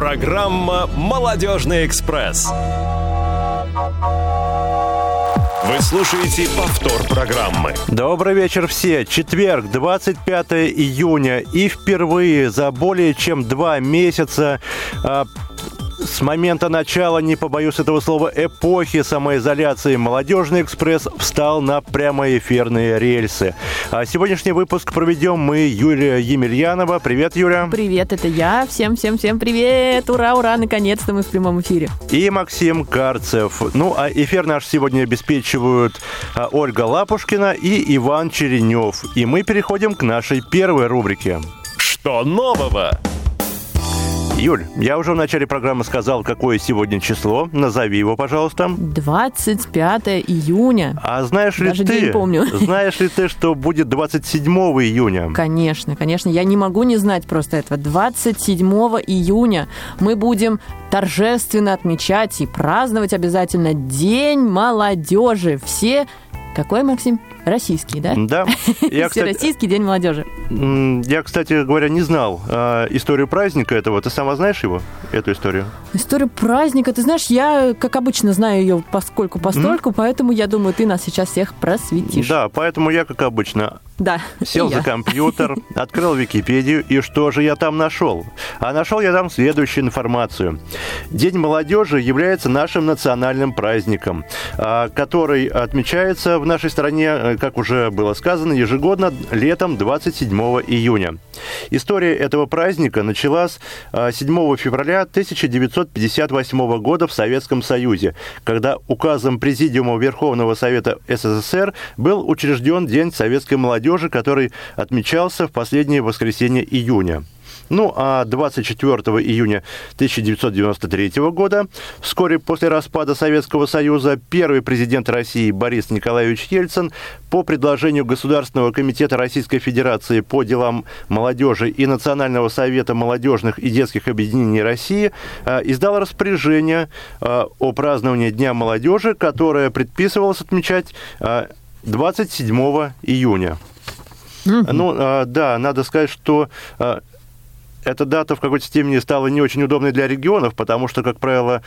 Программа «Молодежный экспресс». Вы слушаете повтор программы. Добрый вечер все. Четверг, 25 июня. И впервые за более чем 2 месяца с момента начала, не побоюсь этого слова, эпохи самоизоляции, «Молодежный экспресс» встал на прямоэфирные рельсы. А сегодняшний выпуск проведем мы, Юлия Емельянова. Привет, Юля. Привет, это я. Всем привет. Ура, ура, наконец-то мы в прямом эфире. И Максим Карцев. Ну, а эфир наш сегодня обеспечивают Ольга Лапушкина и Иван Черенев. И мы переходим к нашей первой рубрике. Что нового? Юль, я уже в начале программы сказал, какое сегодня число. Назови его, пожалуйста. 25 июня. А знаешь ли Даже ты, день помню. Знаешь ли ты, что будет 27 июня? Конечно. Я не могу не знать просто этого. 27 июня мы будем торжественно отмечать и праздновать обязательно День молодежи. Все... Какой, Максим? Российский, да? Да. Всероссийский день молодежи. Я, кстати говоря, не знал историю праздника этого. Ты сама знаешь эту историю? Историю праздника, ты знаешь, я, как обычно, знаю ее поскольку-постольку, поэтому я думаю, ты нас сейчас всех просветишь. Да, поэтому я, как обычно, сел за компьютер, открыл Википедию, и что же я там нашел? А нашел я там следующую информацию. День молодежи является нашим национальным праздником, который отмечается в нашей стране, как уже было сказано, ежегодно летом 27 июня. История этого праздника началась 7 февраля 1958 года в Советском Союзе, когда указом Президиума Верховного Совета СССР был учрежден День советской молодежи, который отмечался в последнее воскресенье июня. Ну, а 24 июня 1993 года, вскоре после распада Советского Союза, первый президент России Борис Николаевич Ельцин по предложению Государственного комитета Российской Федерации по делам молодежи и Национального совета молодежных и детских объединений России издал распоряжение о праздновании Дня молодежи, которое предписывалось отмечать 27 июня. Ну, да, надо сказать, что эта дата в какой-то степени стала не очень удобной для регионов, потому что, как правило,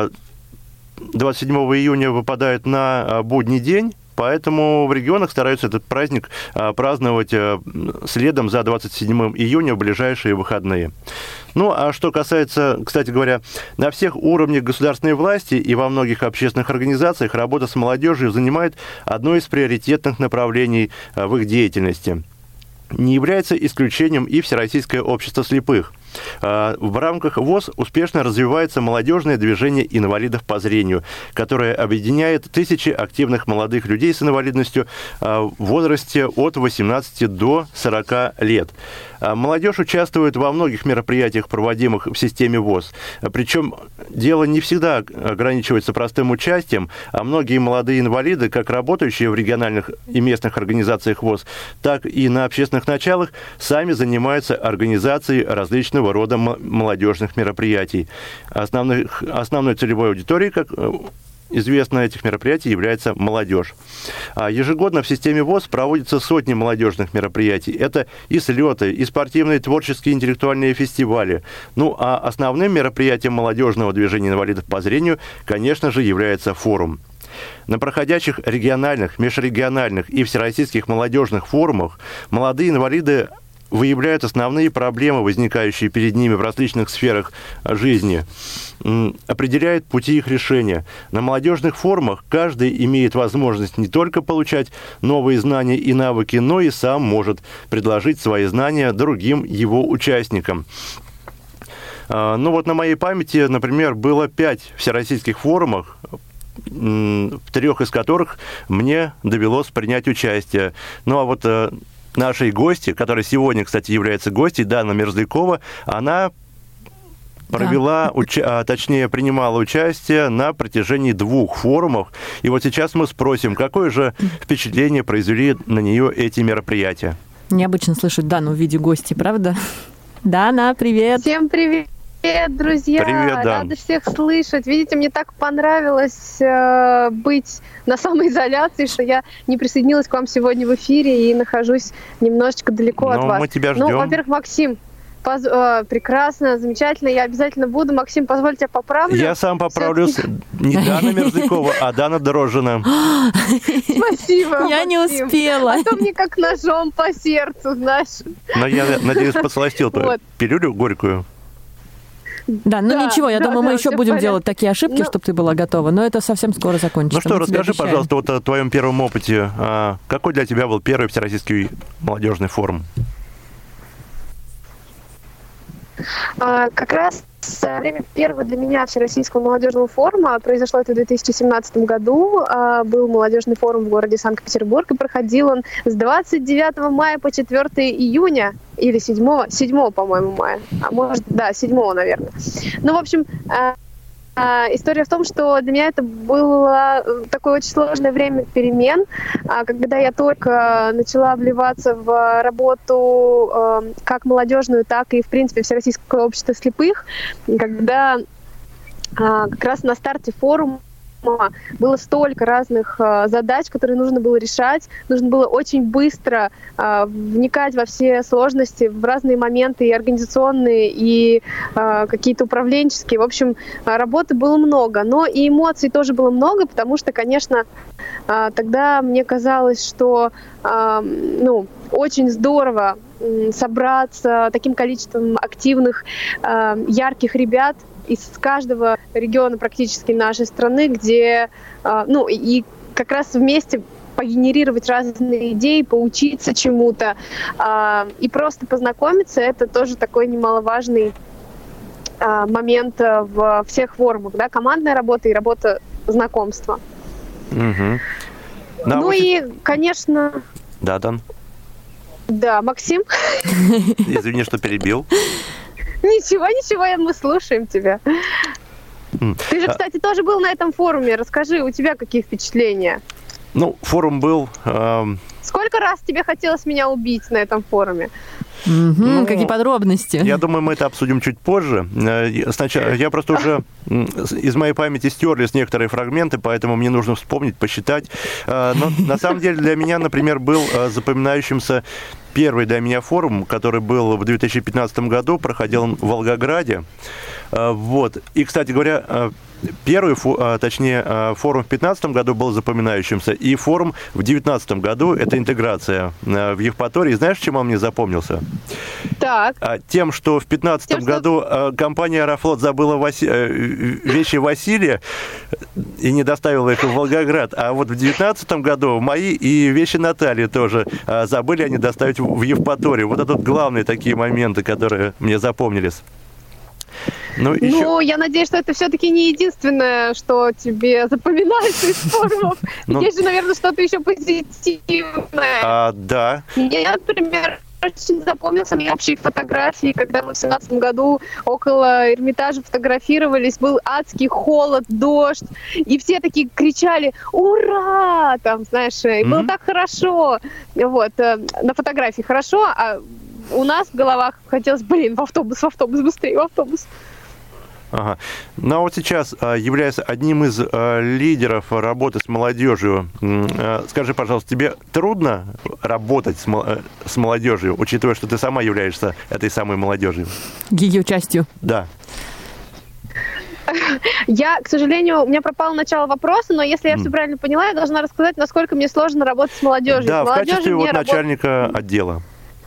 27 июня выпадает на будний день, поэтому в регионах стараются этот праздник праздновать следом за 27 июня в ближайшие выходные. Ну, а что касается, кстати говоря, на всех уровнях государственной власти и во многих общественных организациях работа с молодежью занимает одно из приоритетных направлений в их деятельности. Не является исключением и Всероссийское общество слепых. В рамках ВОС успешно развивается молодежное движение инвалидов по зрению, которое объединяет тысячи активных молодых людей с инвалидностью в возрасте от 18 до 40 лет. Молодежь участвует во многих мероприятиях, проводимых в системе ВОС. Причем дело не всегда ограничивается простым участием, а многие молодые инвалиды, как работающие в региональных и местных организациях ВОС, так и на общественных началах, сами занимаются организацией различных рода молодежных мероприятий. Основной целевой аудиторией, как известно, этих мероприятий является молодежь. Ежегодно в системе ВОС проводятся сотни молодежных мероприятий. Это и слеты, и спортивные, творческие, интеллектуальные фестивали. Ну, а основным мероприятием молодежного движения инвалидов по зрению, конечно же, является форум. На проходящих региональных, межрегиональных и всероссийских молодежных форумах молодые инвалиды выявляют основные проблемы, возникающие перед ними в различных сферах жизни, определяют пути их решения. На молодежных форумах каждый имеет возможность не только получать новые знания и навыки, но и сам может предложить свои знания другим его участникам. Ну вот на моей памяти, например, было 5 всероссийских форумов, в 3 из которых мне довелось принять участие. Ну а вот нашей гости, которая сегодня, кстати, является гостьей, Дана Мерзлякова, она принимала участие на протяжении 2 форумов. И вот сейчас мы спросим, какое же впечатление произвели на нее эти мероприятия. Необычно слышать Дану в виде гостей, правда? Дана, привет! Всем привет! Привет, друзья! Привет, да. Рада всех слышать. Видите, мне так понравилось быть на самоизоляции, что я не присоединилась к вам сегодня в эфире и нахожусь немножечко далеко от вас. Мы тебя ждем. Ну, во-первых, Максим, Прекрасно, замечательно. Я обязательно буду. Максим, позволь тебя поправлю. Я сам поправлюсь. Не Дана Мерзлякова, а Дана Дрожжина. Спасибо, Я не успела. А то мне как ножом по сердцу, знаешь. Но я, надеюсь, подсластил пилюлю горькую. Да, ничего, я думаю, мы еще будем делать такие ошибки, чтобы ты была готова, но это совсем скоро закончится. Ну что, расскажи, пожалуйста, вот о твоем первом опыте. Какой для тебя был первый Всероссийский молодежный форум? Как раз во время первого для меня Всероссийского молодежного форума, произошло это в 2017 году, был молодежный форум в городе Санкт-Петербург, и проходил он с 29 мая по 4 июня, или 7, по-моему, мая, а может, да, 7, наверное. Ну, в общем, история в том, что для меня это было такое очень сложное время перемен, когда я только начала вливаться в работу как молодежную, так и, в принципе, Всероссийского общества слепых, когда как раз на старте форума было столько разных задач, которые нужно было решать. Нужно было очень быстро вникать во все сложности, в разные моменты, и организационные, и какие-то управленческие. В общем, работы было много, но и эмоций тоже было много, потому что, конечно, тогда мне казалось, что очень здорово собраться таким количеством активных, ярких ребят из каждого региона практически нашей страны, где, и как раз вместе погенерировать разные идеи, поучиться чему-то и просто познакомиться, это тоже такой немаловажный момент в всех форумах, да, командная работа и работа знакомства. Угу. И, конечно... Да, Дан? Да, Максим? Извини, что перебил. Ничего, мы слушаем тебя. Ты же, кстати, тоже был на этом форуме. Расскажи, у тебя какие впечатления? Форум был... Сколько раз тебе хотелось меня убить на этом форуме? Какие подробности? Я думаю, мы это обсудим чуть позже. Сначала я просто уже из моей памяти стерлись некоторые фрагменты, поэтому мне нужно вспомнить, посчитать. Но на самом деле для меня, например, был запоминающимся первый для меня форум, который был в 2015 году, проходил он в Волгограде. И, кстати говоря, первый, форум в 2015 году был запоминающимся, и форум в 2019 году, это интеграция в Евпатории. Знаешь, чем он мне запомнился? Так. Тем, что в 2015 году компания «Аэрофлот» забыла вещи Василия и не доставила их в Волгоград, а вот в 2019 году мои и вещи Натальи тоже забыли они доставить в Евпаторию. Вот это главные такие моменты, которые мне запомнились. Я надеюсь, что это все-таки не единственное, что тебе запоминается из форумов. Есть же, наверное, что-то еще позитивное. Да. Я, например, очень запомнился мне общие фотографии, когда мы в 2017 году около Эрмитажа фотографировались, был адский холод, дождь, и все такие кричали «Ура!», там, знаешь, и было так хорошо. На фотографии хорошо, а у нас в головах хотелось, в автобус, быстрее, в автобус. Ага. А вот сейчас, являясь одним из лидеров работы с молодежью, скажи, пожалуйста, тебе трудно работать с молодежью, учитывая, что ты сама являешься этой самой молодежью? Ее частью. Да. Я, к сожалению, у меня пропало начало вопроса, но если я все правильно поняла, я должна рассказать, насколько мне сложно работать с молодежью. Да, в качестве начальника отдела.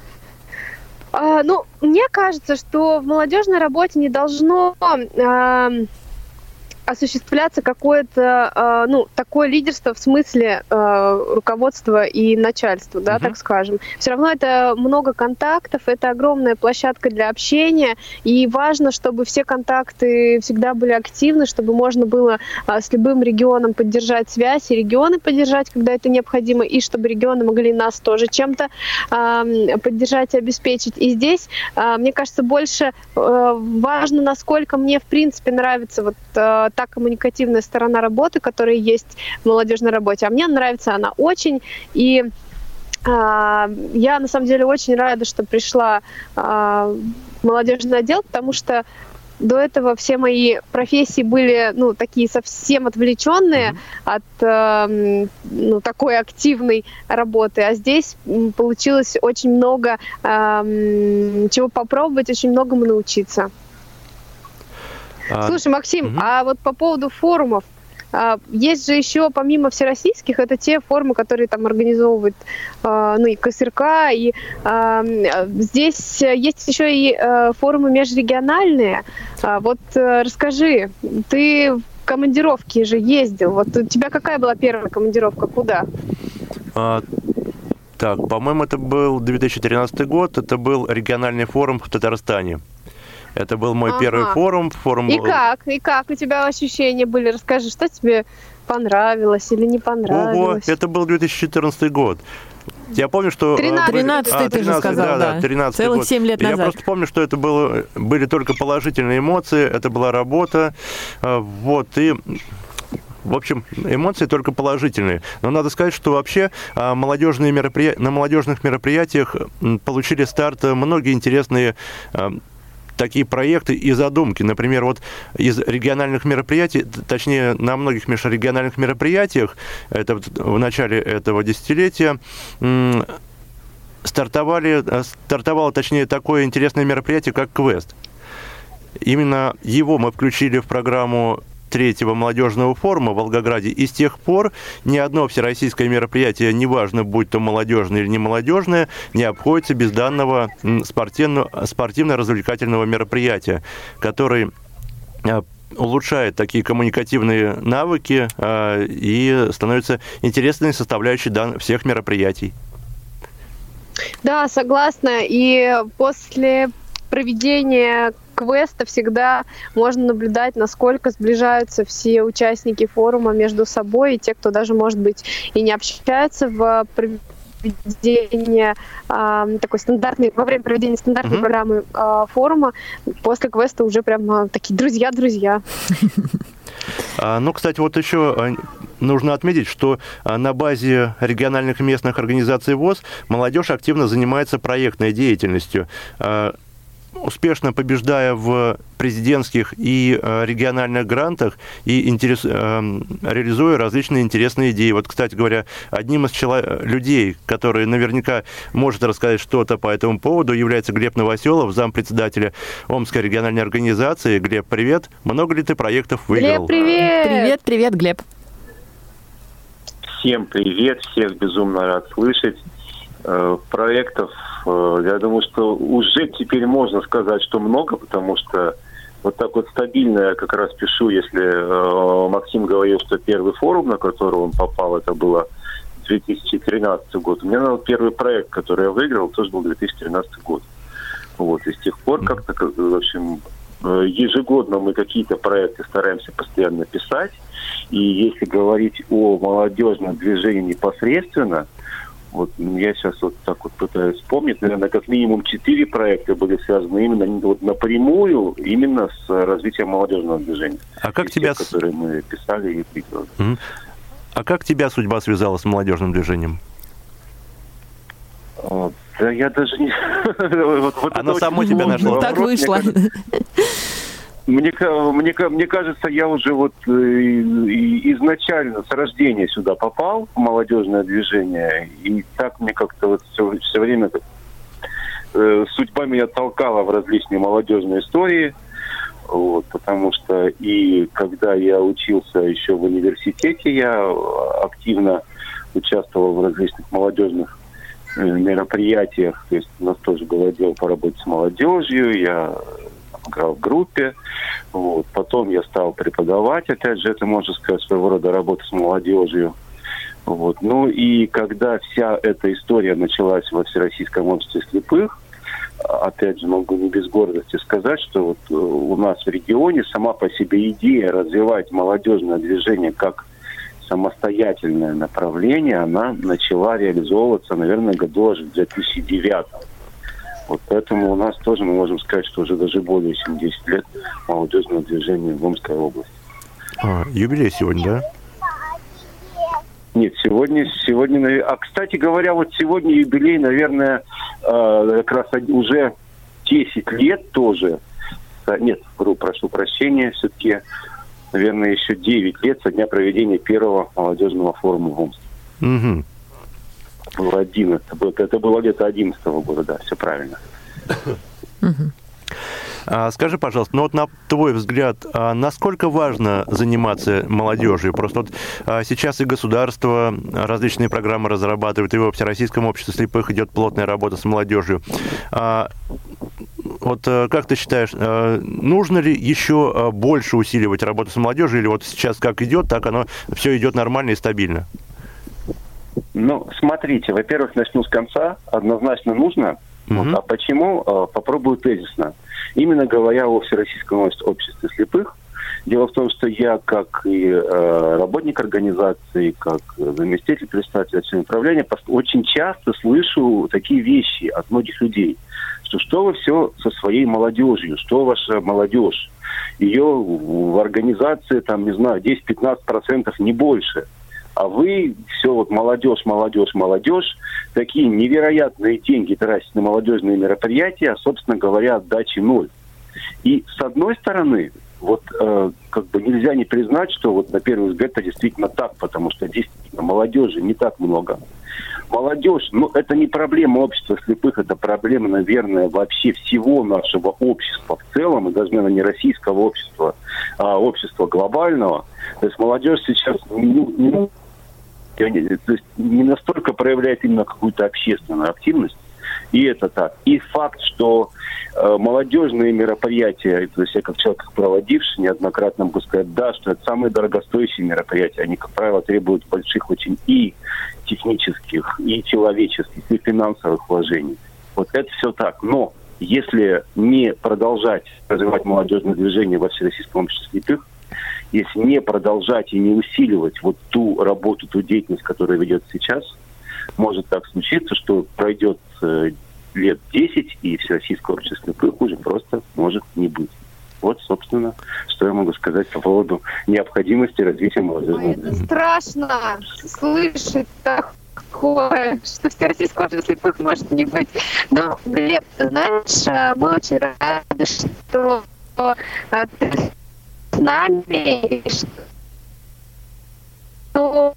Мне кажется, что в молодежной работе не должно осуществляться какое-то, такое лидерство в смысле руководства и начальства, да, так скажем. Все равно это много контактов, это огромная площадка для общения, и важно, чтобы все контакты всегда были активны, чтобы можно было с любым регионом поддержать связь, и регионы поддержать, когда это необходимо, и чтобы регионы могли нас тоже чем-то поддержать и обеспечить. И здесь, мне кажется, больше важно, насколько мне, в принципе, нравится та коммуникативная сторона работы, которая есть в молодежной работе. А мне нравится она очень. И я, на самом деле, очень рада, что пришла в молодежный отдел, потому что до этого все мои профессии были, такие совсем отвлеченные от, такой активной работы. А здесь получилось очень много чего попробовать, очень многому научиться. Слушай, Максим, а вот по поводу форумов, есть же еще, помимо всероссийских, это те форумы, которые там организовывают и КСРК, и здесь есть еще и форумы межрегиональные. Вот расскажи, ты в командировки же ездил, вот у тебя какая была первая командировка, куда? Так, по-моему, это был 2013 год, это был региональный форум в Татарстане. Это был мой первый форум. И как у тебя ощущения были? Расскажи, что тебе понравилось или не понравилось? Ого, это был 2014 год. Я помню, что... 13-й ты же сказал, да. 13-й целых год. 7 лет назад. Я просто помню, что это были только положительные эмоции, это была работа, и... В общем, эмоции только положительные. Но надо сказать, что вообще на молодежных мероприятиях получили старт многие интересные такие проекты и задумки. Например, вот из региональных мероприятий, точнее, на многих межрегиональных мероприятиях, это в начале этого десятилетия, стартовало, точнее, такое интересное мероприятие, как квест. Именно его мы включили в программу третьего молодежного форума в Волгограде, и с тех пор ни одно всероссийское мероприятие, неважно, будь то молодежное или не молодежное, не обходится без данного спортивно-развлекательного мероприятия, который улучшает такие коммуникативные навыки и становится интересной составляющей всех мероприятий. Да, согласна. И после проведения квеста всегда можно наблюдать, насколько сближаются все участники форума между собой, и те, кто даже, может быть, и не общаются во время проведения стандартной программы форума, после квеста уже прям такие друзья-друзья. Кстати, вот еще нужно отметить, что на базе региональных и местных организаций ВОС молодежь активно занимается проектной деятельностью, успешно побеждая в президентских и региональных грантах и реализуя различные интересные идеи. Вот, кстати говоря, одним из людей, который наверняка может рассказать что-то по этому поводу, является Глеб Новоселов, зампредседателя Омской региональной организации. Глеб, привет! Много ли ты проектов выиграл? Глеб, привет! Привет, Глеб! Всем привет! Всех безумно рад слышать. Проектов, я думаю, что уже теперь можно сказать, что много, потому что вот так вот стабильно я как раз пишу, если Максим говорил, что первый форум, на который он попал, это было 2013 год. У меня первый проект, который я выиграл, тоже был 2013 год. Вот, и с тех пор как-то, в общем, ежегодно мы какие-то проекты стараемся постоянно писать. И если говорить о молодежном движении непосредственно, вот я сейчас вот так вот пытаюсь вспомнить, наверное, как минимум 4 проекта были связаны именно вот напрямую именно с развитием молодежного движения. А как тебя... которые мы писали и прикладывали. А как тебя судьба связала с молодежным движением? Да я даже не... Оно само тебя нашло. Так вышло. Мне кажется, я уже вот изначально с рождения сюда попал в молодежное движение, и так мне как-то вот все время судьба меня толкала в различные молодежные истории, вот, потому что и когда я учился еще в университете, я активно участвовал в различных молодежных мероприятиях, то есть у нас тоже был отдел по работе с молодежью, я играл в группе, вот. Потом я стал преподавать, опять же, это, можно сказать, своего рода работа с молодежью. Вот. Ну и когда вся эта история началась во Всероссийском обществе слепых, опять же, могу не без гордости сказать, что вот у нас в регионе сама по себе идея развивать молодежное движение как самостоятельное направление, она начала реализовываться, наверное, году аж в 2009. Вот поэтому у нас тоже, мы можем сказать, что уже даже более чем 10 лет молодежного движения в Омской области. Юбилей сегодня, да? Нет, сегодня... А, кстати говоря, вот сегодня юбилей, наверное, как раз уже 10 лет тоже месяца, нет, прошу прощения, все-таки, наверное, еще 9 лет со дня проведения первого молодежного форума в Омске. Угу. Это было лето 2011 года, да, все правильно. Скажи, пожалуйста, вот на твой взгляд, насколько важно заниматься молодежью? Просто вот сейчас и государство различные программы разрабатывает, и в Всероссийском обществе слепых идет плотная работа с молодежью. Вот как ты считаешь, нужно ли еще больше усиливать работу с молодежью, или вот сейчас как идет, так оно все идет нормально и стабильно? Ну, смотрите, во-первых, начну с конца. Однозначно нужно. А почему? Попробую тезисно. Именно говоря о Всероссийском обществе слепых, дело в том, что я, как и работник организации, как заместитель председателя члена управления, очень часто слышу такие вещи от многих людей, что вы все со своей молодежью, что ваша молодежь, ее в организации, там, не знаю, 10-15%, не больше. А вы все вот молодежь, такие невероятные деньги тратите на молодежные мероприятия, а, собственно говоря, отдачи ноль. И с одной стороны, вот как бы нельзя не признать, что вот на первый взгляд это действительно так, потому что действительно молодежи не так много. Молодежь, это не проблема общества слепых, это проблема, наверное, вообще всего нашего общества в целом, и даже, наверное, не российского общества, а общества глобального. То есть молодежь сейчас не настолько проявляет именно какую-то общественную активность, и это так. И факт, что молодежные мероприятия, то есть я как человек, проводивший, неоднократно могу сказать, да, что это самые дорогостоящие мероприятия, они, как правило, требуют больших очень и технических, и человеческих, и финансовых вложений. Вот это все так. Но если не продолжать развивать молодежное движение во Всероссийском обществе слепых, если не продолжать и не усиливать вот ту работу, ту деятельность, которая ведет сейчас, может так случиться, что пройдет лет 10, и Всероссийское общество слепых уже просто может не быть. Вот, собственно, что я могу сказать по поводу необходимости развития молодежного движения. Это страшно слышать такое, что Всероссийское общество слепых может не быть. Но, Глеб, ты знаешь, мы очень рады, что ты с нами, что...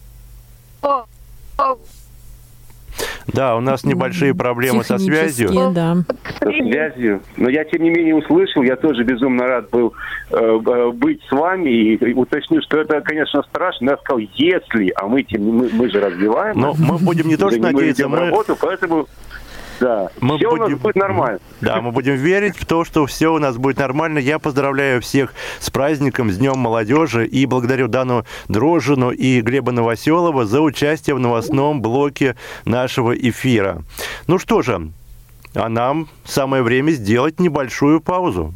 Да, у нас небольшие проблемы со связью. Да. Со связью. Но я, тем не менее, услышал. Я тоже безумно рад был быть с вами. И уточню, что это, конечно, страшно. Я сказал, если, а мы же развиваем. Но мы будем не то что надеяться, мы... работу, поэтому... Да, все у нас будет нормально. Да, мы будем верить в то, что все у нас будет нормально. Я поздравляю всех с праздником, с Днем молодежи, и благодарю Дану Дрожжину и Глеба Новоселова за участие в новостном блоке нашего эфира. Ну что же, а нам самое время сделать небольшую паузу.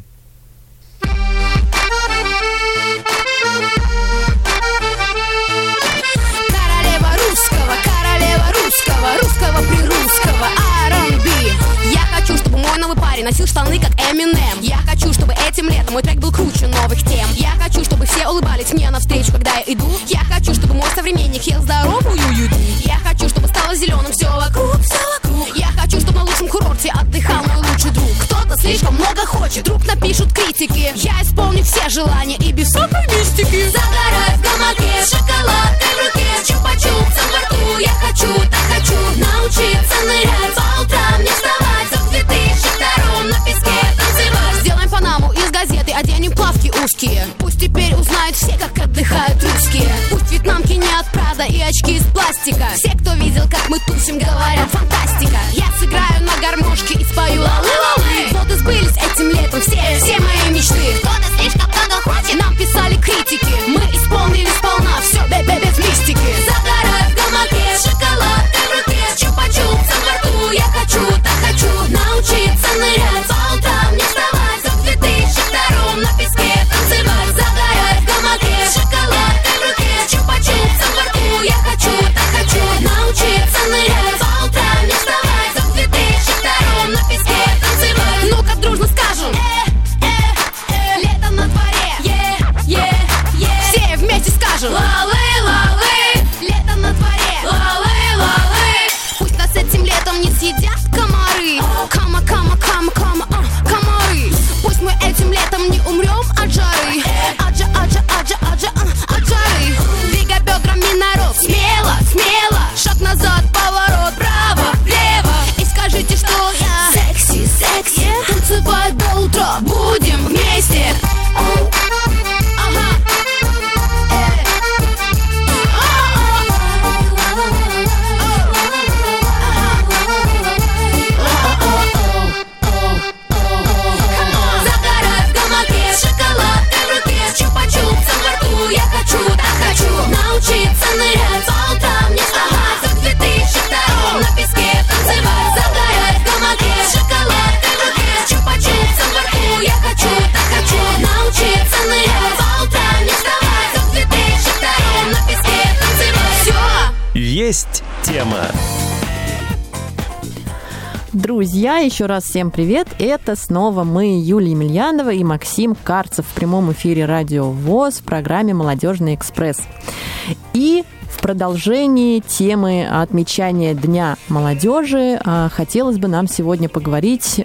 Русского прирусского R&B. Я хочу, чтобы мой новый парень носил штаны, как Eminem. Я хочу, чтобы этим летом мой трек был круче новых тем. Я хочу, чтобы все улыбались мне навстречу, когда я иду. Я хочу, чтобы мой современник ел здоровую еду. Я хочу, чтобы стало зеленым все вокруг, все вокруг. Я хочу, чтобы на лучшем курорте отдыхал мой лучший друг. Кто-то слишком много хочет, вдруг напишут критики. Я исполню все желания и без всякой мистики. Загорай в гамаке, шоколадкой в руке, чупа-чупсом во рту. Я хочу, так хочу научиться нырять, по утрам не вставать, за 2002 на песке танцевать. Сделаем панаму из газеты, оденем плавки узкие. Пусть теперь узнают все, как отдыхают русские. Пусть вьетнамки не от Прада и очки из пластика. Все, кто видел, как мы тусим, говорят фантастика. Я сыграю на гармошке и спою лалы-лалы. Вот и сбылись этим летом все мои мечты. Кто-то слишком много хочет, нам писали критики. Мы исполнили сполна все, без мистики. Загорай в гамаке, шоколадкой в руке, чупа-чупсом во рту. Я хочу, так хочу научиться нырять, по утрам не вставать, за 2002 на песке танцевать. Загорай в гамаке, шоколадкой в руке, чупа-чупсом во рту. Я хочу, так хочу научиться нырять, по утрам не вставать, Есть тема. Друзья, еще раз всем привет. Это снова мы, Юлия Емельянова и Максим Карцев в прямом эфире Радио ВОС в программе «Молодежный экспресс». И в продолжении темы отмечания Дня молодежи хотелось бы нам сегодня поговорить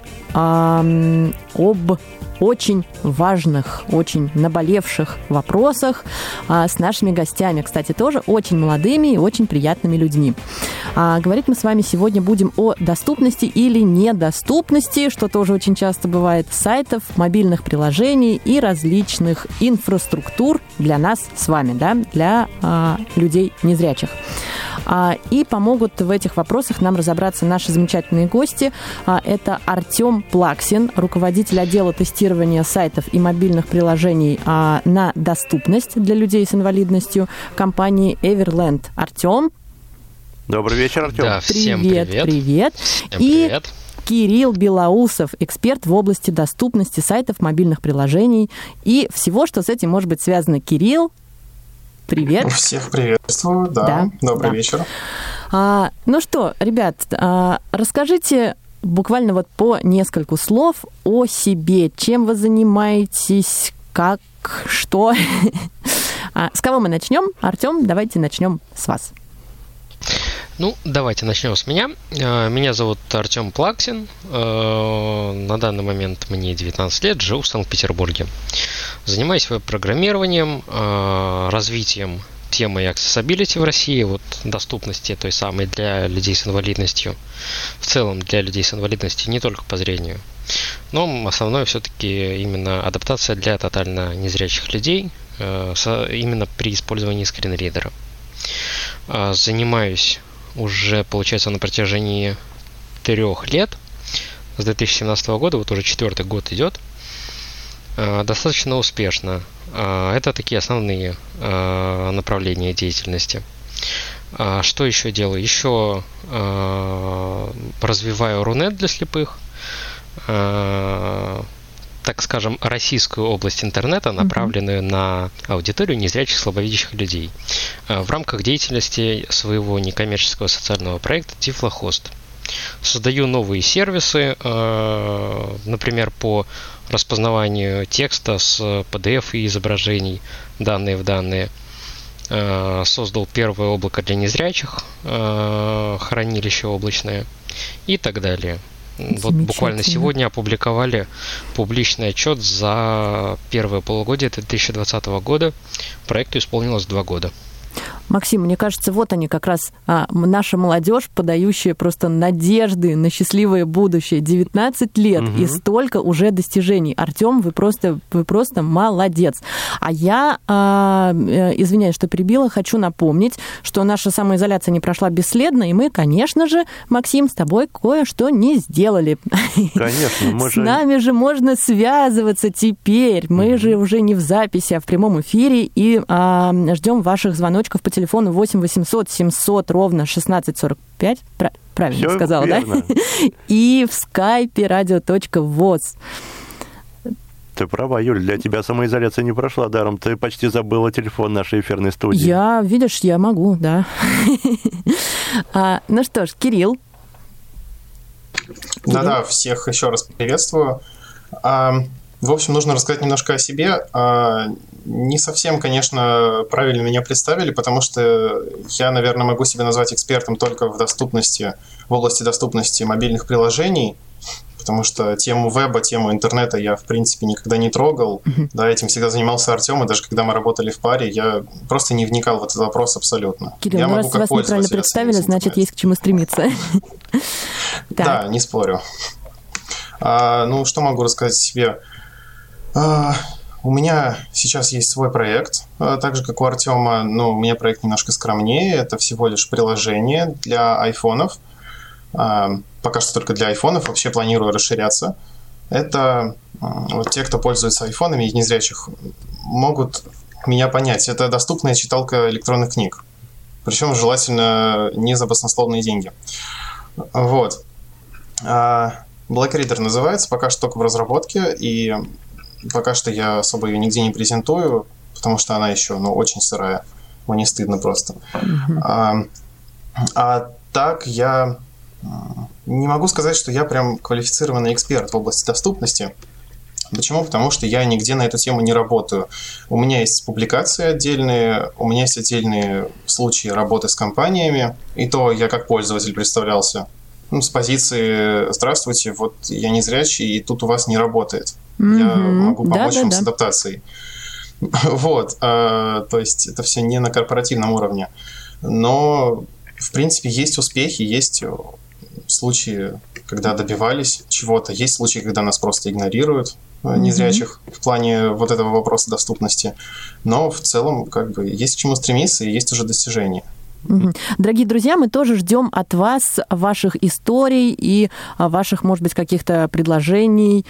об очень важных, очень наболевших вопросах с нашими гостями. Кстати, тоже очень молодыми и очень приятными людьми. Говорить мы с вами сегодня будем о доступности или недоступности, что тоже очень часто бывает, сайтов, мобильных приложений и различных инфраструктур для нас с вами, да, для людей незрячих. И помогут в этих вопросах нам разобраться наши замечательные гости. Это Артем Плаксин, руководитель отдела тестирования сайтов и мобильных приложений на доступность для людей с инвалидностью компании Everland. Артем. Добрый вечер, Артем. Да, всем привет. Привет. Всем привет. Кирилл Белоусов, эксперт в области доступности сайтов, мобильных приложений и всего, что с этим может быть связано. Кирилл, привет. Всех приветствую, да. Добрый вечер. Ну что, ребят, расскажите буквально вот по нескольку слов о себе. Чем вы занимаетесь, как, что? С кого мы начнем? Артем, давайте начнем с вас. Ну, давайте начнем с меня. Меня зовут Артем Плаксин. На данный момент мне 19 лет, живу в Санкт-Петербурге. Занимаюсь веб-программированием, развитием темы accessibility в России, вот доступности той самой для людей с инвалидностью. В целом для людей с инвалидностью, не только по зрению. Но основное все-таки именно адаптация для тотально незрячих людей, именно при использовании скринридера. Занимаюсь уже, получается, на протяжении 3 лет. С 2017 года, вот уже 4-й год идет. Достаточно успешно. Это такие основные направления деятельности. Что еще делаю? Еще развиваю Рунет для слепых. Так скажем, российскую область интернета, направленную на аудиторию незрячих слабовидящих людей в рамках деятельности своего некоммерческого социального проекта Тифлохост. Создаю новые сервисы, например, по распознаванию текста с PDF и изображений, данные в данные. Создал первое облако для незрячих, хранилище облачное и так далее. Вот буквально сегодня опубликовали публичный отчет за первое полугодие 2020 года. Проекту исполнилось 2 года. Максим, мне кажется, вот они как раз, наша молодежь, подающая просто надежды на счастливое будущее. 19 лет и столько уже достижений. Артем, вы просто молодец. А я, извиняюсь, что перебила, хочу напомнить, что наша самоизоляция не прошла бесследно, и мы, конечно же, Максим, с тобой кое-что не сделали. Конечно. С нами же можно связываться теперь. Мы же уже не в записи, а в прямом эфире, и ждем ваших звоночков по телефону 8 800 700 ровно 1645. Правильно всё сказала, верно. Да? И в скайпе radio.voz. Ты права, Юль, для тебя самоизоляция не прошла даром. Ты почти забыла телефон нашей эфирной студии. Я могу, да. Ну что ж, Кирилл. Да, всех еще раз приветствую. В общем, нужно рассказать немножко о себе. Не совсем, конечно, правильно меня представили, потому что я, наверное, могу себя назвать экспертом только в доступности, в области доступности мобильных приложений, потому что тему веба, тему интернета я, в принципе, никогда не трогал. Да, этим всегда занимался Артем, и даже когда мы работали в паре, я просто не вникал в этот вопрос абсолютно. Кирилл, ну раз вас неправильно представили, значит, есть к чему стремиться. Да, не спорю. Ну, что могу рассказать о себе? У меня сейчас есть свой проект, так же, как у Артема, но у меня проект немножко скромнее. Это всего лишь приложение для айфонов. Пока что только для айфонов, вообще планирую расширяться. Это вот те, кто пользуется айфонами и незрячих, могут меня понять. Это доступная читалка электронных книг. Причем желательно не за баснословные деньги. Вот. Black Reader называется, пока что только в разработке, и пока что я особо ее нигде не презентую, потому что она еще очень сырая. Мне стыдно просто. А так я не могу сказать, что я прям квалифицированный эксперт в области доступности. Почему? Потому что я нигде на эту тему не работаю. У меня есть публикации отдельные, у меня есть отдельные случаи работы с компаниями, и то я как пользователь представлялся. С позиции «Здравствуйте, вот я незрячий, и тут у вас не работает. Я могу помочь вам с адаптацией». Вот. То есть это все не на корпоративном уровне. Но, в принципе, есть успехи, есть случаи, когда добивались чего-то, есть случаи, когда нас просто игнорируют, незрячих, в плане вот этого вопроса доступности. Но в целом как бы есть к чему стремиться и есть уже достижения. Дорогие друзья, мы тоже ждем от вас ваших историй и ваших, может быть, каких-то предложений,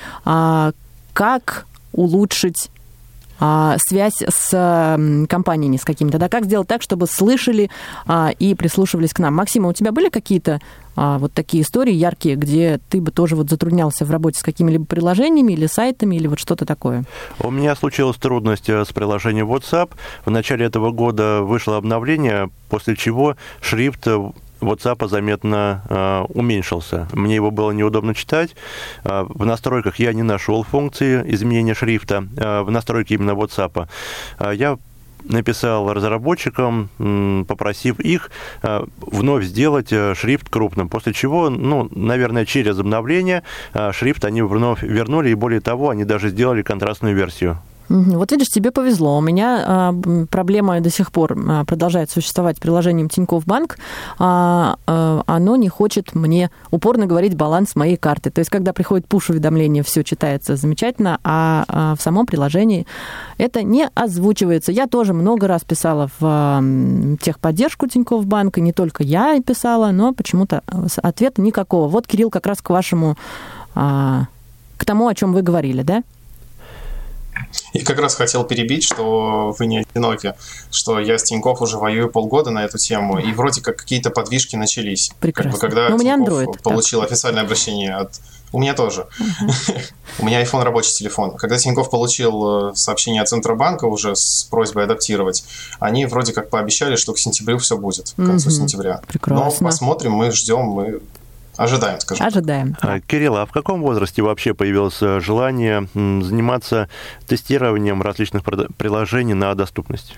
как улучшить связь с компаниями, с какими-то, да, как сделать так, чтобы слышали и прислушивались к нам. Максим, у тебя были какие-то вот такие истории яркие, где ты бы тоже вот затруднялся в работе с какими-либо приложениями или сайтами, или вот что-то такое? У меня случилась трудность с приложением WhatsApp. В начале этого года вышло обновление, после чего шрифт WhatsApp заметно уменьшился. Мне его было неудобно читать. В настройках я не нашел функции изменения шрифта. В настройке именно WhatsApp я написал разработчикам, попросив их вновь сделать шрифт крупным, после чего, наверное, через обновление шрифт они вновь вернули, и более того, они даже сделали контрастную версию. Вот видишь, тебе повезло. У меня проблема до сих пор продолжает существовать с приложением Тинькофф Банк. Оно не хочет мне упорно говорить баланс моей карты. То есть, когда приходит пуш-уведомление, все читается замечательно, а в самом приложении это не озвучивается. Я тоже много раз писала в техподдержку Тинькофф Банка, не только я писала, но почему-то ответа никакого. Вот, Кирилл, как раз к вашему, к тому, о чем вы говорили, да? И как раз хотел перебить, что вы не одиноки, что я с Тинькофф уже воюю полгода на эту тему, и вроде как какие-то подвижки начались. Прекрасно. Когда у меня Тинькофф Android, получил официальное обращение от... У меня тоже. У меня iPhone рабочий телефон. Когда Тинькофф получил сообщение от Центробанка уже с просьбой адаптировать, они вроде как пообещали, что к сентябрю все будет, к концу сентября. Прекрасно. Но посмотрим, мы ждем, мы... Ожидаем, скажем. Ожидаем. Кирилл, а в каком возрасте вообще появилось желание заниматься тестированием различных приложений на доступность?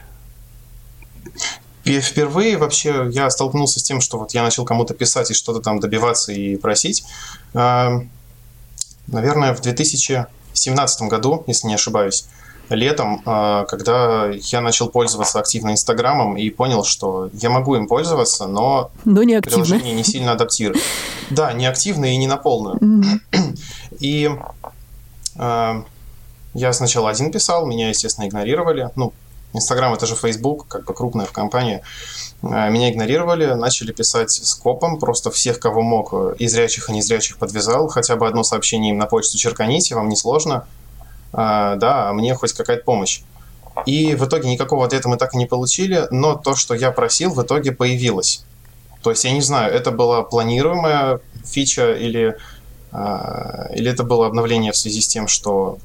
Впервые вообще я столкнулся с тем, что вот я начал кому-то писать и что-то там добиваться и просить. Наверное, в 2017 году, если не ошибаюсь, летом, когда я начал пользоваться активно Инстаграмом и понял, что я могу им пользоваться, но не активно. Приложение не сильно адаптирует. Да, не активно и не на полную. И я сначала один писал, меня, естественно, игнорировали. Инстаграм — это же Фейсбук, как бы крупная в компании. Меня игнорировали, начали писать скопом, просто всех, кого мог, и зрячих, и незрячих подвязал. Хотя бы одно сообщение им на почту черканите, вам не сложно. Да, мне хоть какая-то помощь. И в итоге никакого ответа мы так и не получили, но то, что я просил, в итоге появилось. То есть я не знаю, это была планируемая фича или это было обновление в связи с тем, что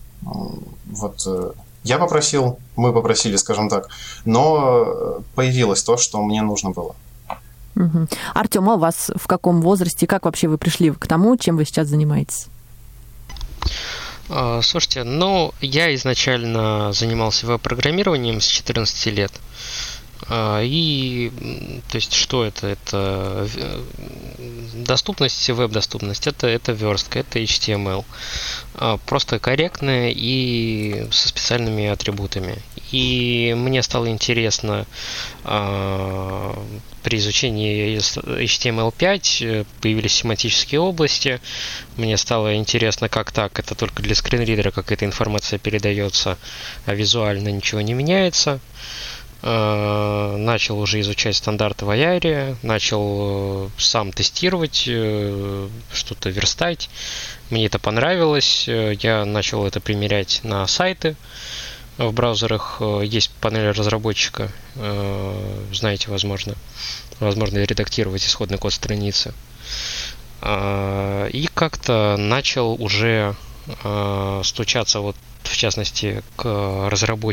я попросил, мы попросили, скажем так, но появилось то, что мне нужно было. Артем, а у вас в каком возрасте, как вообще вы пришли к тому, чем вы сейчас занимаетесь? Слушайте, я изначально занимался веб-программированием с 14 лет. И, то есть, что это? Это доступность, веб-доступность, это верстка, это HTML. Просто корректная и со специальными атрибутами. И мне стало интересно при изучении HTML5 появились семантические области. Мне стало интересно, как так, это только для скринридера какая-то информация передается, а визуально ничего не меняется. Начал уже изучать стандарты в Аяре, начал сам тестировать, что-то верстать. Мне это понравилось, я начал это примерять на сайты. В браузерах есть панель разработчика, знаете, возможно редактировать исходный код страницы. И как-то начал уже стучаться в частности, к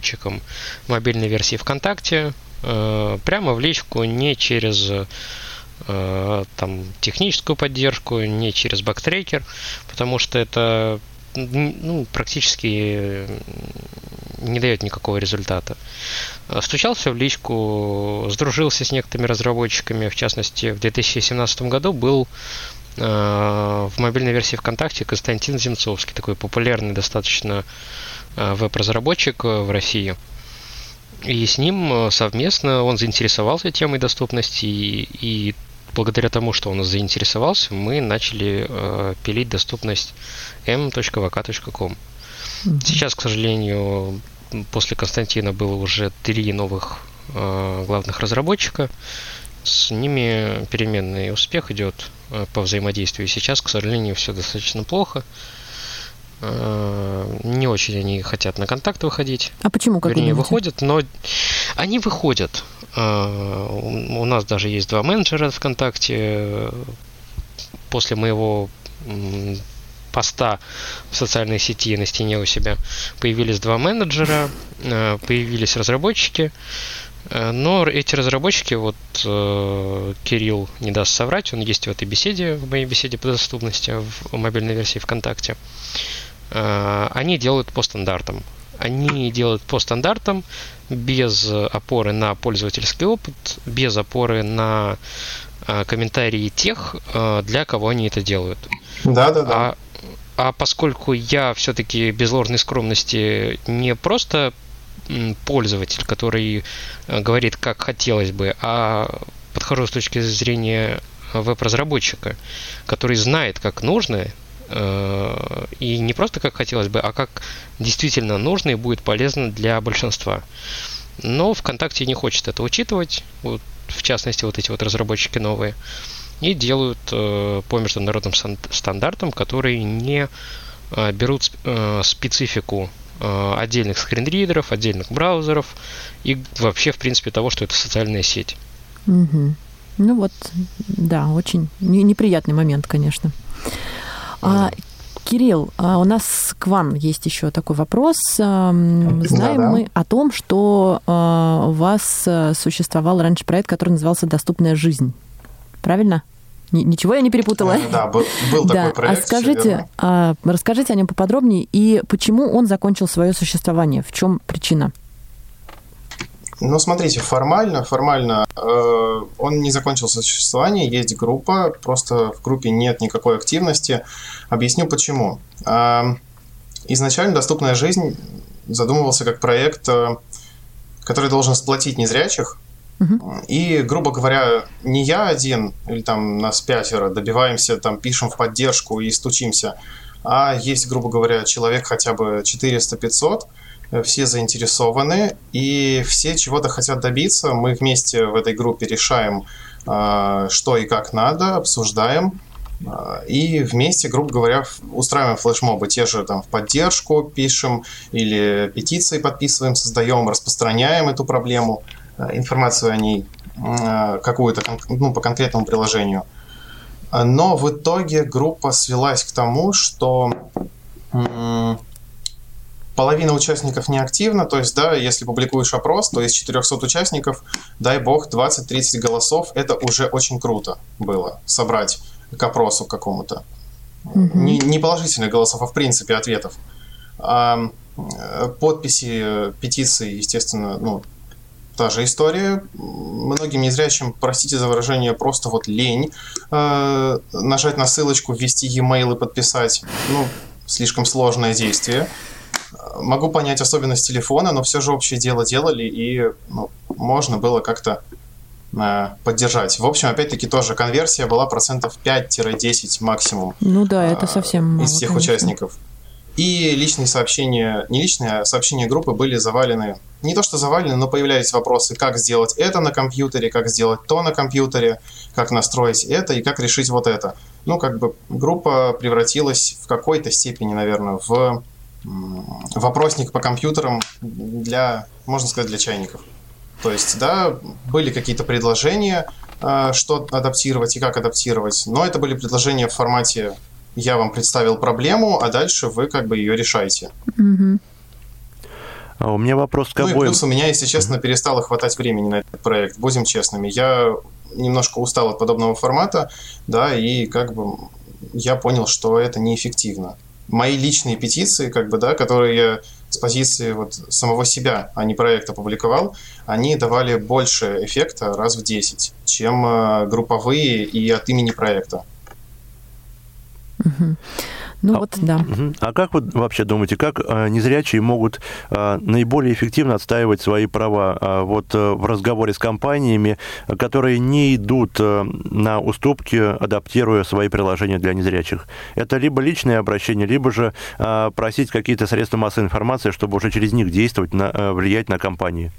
разработчикам мобильной версии ВКонтакте, прямо в личку, не через там техническую поддержку, не через бактрекер, потому что это практически не дает никакого результата. Стучался в личку, сдружился с некоторыми разработчиками, в частности, в 2017 году был в мобильной версии ВКонтакте Константин Земцовский, такой популярный достаточно веб-разработчик в России. И с ним совместно он заинтересовался темой доступности, и благодаря тому, что он заинтересовался, мы начали пилить доступность m.vk.com. Сейчас, к сожалению, после Константина было уже 3 новых главных разработчика. С ними переменный успех идет по взаимодействию. Сейчас, к сожалению, все достаточно плохо. Не очень они хотят на контакт выходить. А почему? Как Вернее, выходят, но они выходят. У нас даже есть 2 менеджера ВКонтакте. После моего поста в социальной сети на стене у себя появились 2 менеджера, появились разработчики. Но эти разработчики, вот Кирилл не даст соврать, он есть в этой беседе, в моей беседе по доступности в мобильной версии ВКонтакте. Они делают по стандартам. Они делают по стандартам без опоры на пользовательский опыт, без опоры на комментарии тех, для кого они это делают. Да. А поскольку я все-таки без ложной скромности не просто пользователь, который говорит, как хотелось бы, а подхожу с точки зрения веб-разработчика, который знает, как нужно, и не просто как хотелось бы, а как действительно нужно и будет полезно для большинства. Но ВКонтакте не хочет это учитывать, вот, в частности, вот эти вот разработчики новые, и делают по международным стандартам, которые не берут специфику отдельных скринридеров, отдельных браузеров и вообще, в принципе, того, что это социальная сеть. Угу. Ну вот, да, очень неприятный момент, конечно. Кирилл, у нас к вам есть еще такой вопрос. Знаем мы о том, что у вас существовал раньше проект, который назывался «Доступная жизнь». Правильно? Ничего я не перепутала? Да, был такой проект. Расскажите о нем поподробнее и почему он закончил свое существование? В чем причина? Ну, смотрите, формально он не закончил существование, есть группа, просто в группе нет никакой активности. Объясню почему. Изначально «Доступная жизнь» задумывался как проект, который должен сплотить незрячих. И, грубо говоря, не я один, или там нас 5 добиваемся, там пишем в поддержку и стучимся, а есть, грубо говоря, человек хотя бы 400-500, все заинтересованы, и все чего-то хотят добиться. Мы вместе в этой группе решаем, что и как надо, обсуждаем, и вместе, грубо говоря, устраиваем флешмобы, те же там в поддержку пишем, или петиции подписываем, создаем, распространяем эту проблему, информацию о ней какую-то, по конкретному приложению. Но в итоге группа свелась к тому, что половина участников неактивна, то есть, да, если публикуешь опрос, то из 400 участников, дай бог, 20-30 голосов, это уже очень круто было собрать к опросу какому-то. Не положительных голосов, а в принципе ответов. Подписи, петиции, естественно, та же история. Многим незрячим, простите за выражение, просто вот лень нажать на ссылочку, ввести e-mail и подписать. Слишком сложное действие. Могу понять особенность телефона, но все же общее дело делали, и можно было как-то поддержать. В общем, опять-таки тоже конверсия была 5-10% максимум. Ну да, это совсем мало, из всех участников. И личные сообщения, не личные, а сообщения группы были завалены. Не то что завалены, но появлялись вопросы, как сделать это на компьютере, как сделать то на компьютере, как настроить это и как решить вот это. Группа превратилась в какой-то степени, наверное, в вопросник по компьютерам можно сказать, для чайников. То есть, да, были какие-то предложения, что адаптировать и как адаптировать, но это были предложения в формате «я вам представил проблему, а дальше вы ее решаете». А у меня вопрос к обоим. И плюс у меня, если честно, перестало хватать времени на этот проект, будем честными. Я немножко устал от подобного формата, да, и как бы я понял, что это неэффективно. Мои личные петиции, как бы, да, которые я с позиции вот самого себя, а не проекта публиковал, они давали больше эффекта раз в 10, чем групповые и от имени проекта. Ну вот, да. А как вы вообще думаете, как незрячие могут наиболее эффективно отстаивать свои права вот в разговоре с компаниями, которые не идут на уступки, адаптируя свои приложения для незрячих? Это либо личное обращение, либо же просить какие-то средства массовой информации, чтобы уже через них действовать, влиять на компании?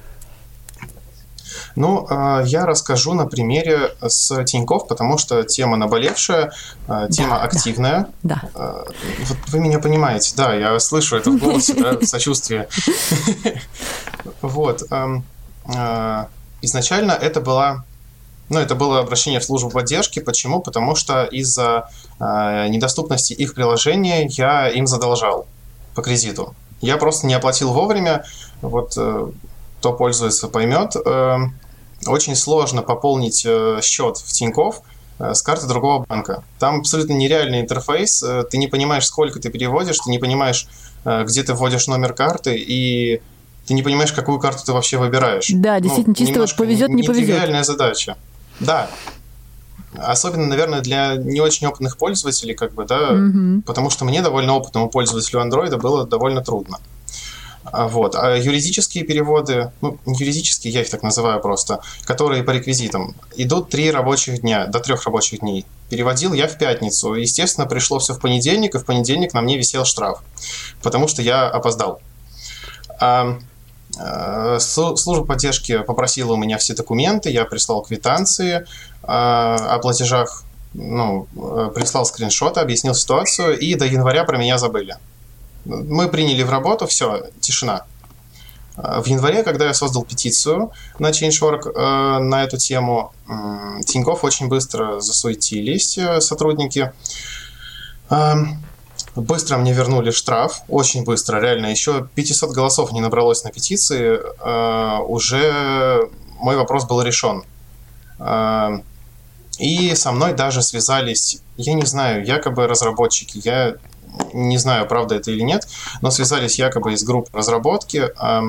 Ну, я расскажу на примере с Тинькофф, потому что тема наболевшая, тема активная. Да. Вот вы меня понимаете, да, я слышу это в голосе, да, сочувствие. Вот. Изначально это было обращение в службу поддержки. Почему? Потому что из-за недоступности их приложения я им задолжал по кредиту. Я просто не оплатил вовремя. Вот кто пользуется, поймет. Очень сложно пополнить счет в Тинькофф с карты другого банка. Там абсолютно нереальный интерфейс. Ты не понимаешь, сколько ты переводишь, ты не понимаешь, где ты вводишь номер карты, и ты не понимаешь, какую карту ты вообще выбираешь. Да, действительно, чисто вот повезет, не повезет. Нетривиальная задача. Да. Особенно, наверное, для не очень опытных пользователей, как бы, да, потому что мне, довольно опытному пользователю Android, было довольно трудно. Вот. А юридические переводы, юридические, я их так называю просто, которые по реквизитам, идут 3 рабочих дня, до 3 рабочих дней. Переводил я в пятницу. Естественно, пришло все в понедельник, и в понедельник на мне висел штраф, потому что я опоздал. Служба поддержки попросила у меня все документы, я прислал квитанции о платежах, прислал скриншоты, объяснил ситуацию, и до января про меня забыли. Мы приняли в работу, все, тишина. В январе, когда я создал петицию на Change.org на эту тему, Тинькофф очень быстро засуетились сотрудники. Быстро мне вернули штраф, очень быстро, реально. Еще 500 голосов не набралось на петиции, уже мой вопрос был решен. И со мной даже связались, я не знаю, якобы разработчики, я не знаю, правда это или нет, но связались якобы из групп разработки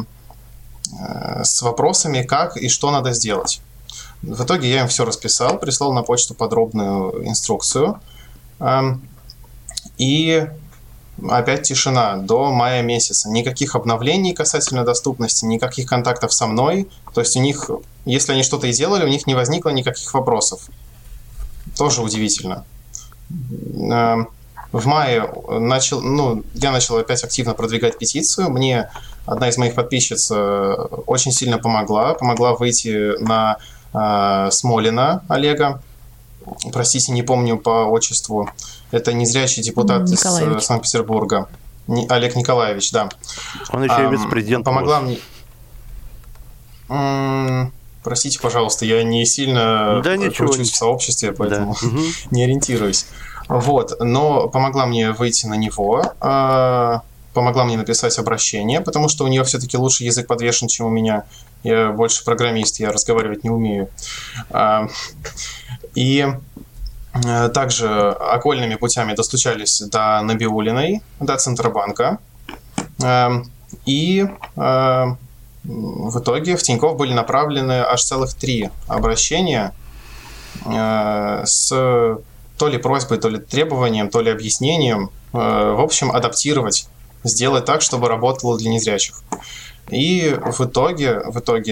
с вопросами, как и что надо сделать. В итоге я им все расписал, прислал на почту подробную инструкцию. И опять тишина до мая месяца. Никаких обновлений касательно доступности, никаких контактов со мной. То есть у них, если они что-то и делали, у них не возникло никаких вопросов. Тоже удивительно. В мае я начал опять активно продвигать петицию. Мне одна из моих подписчиц очень сильно помогла выйти на Смолина Олега. Простите, не помню по отчеству. Это незрячий депутат из Санкт-Петербурга. Олег Николаевич, да. Он еще и вице-президент. Помогла мне... Простите, пожалуйста, я не сильно кручусь в сообществе, поэтому не ориентируюсь. Вот, но помогла мне выйти на него, помогла мне написать обращение, потому что у нее все-таки лучше язык подвешен, чем у меня. Я больше программист, я разговаривать не умею. И также окольными путями достучались до Набиуллиной, до Центробанка. И в итоге в Тинькофф были направлены аж целых 3 обращения с то ли просьбой, то ли требованием, то ли объяснением, в общем, адаптировать, сделать так, чтобы работало для незрячих. И в итоге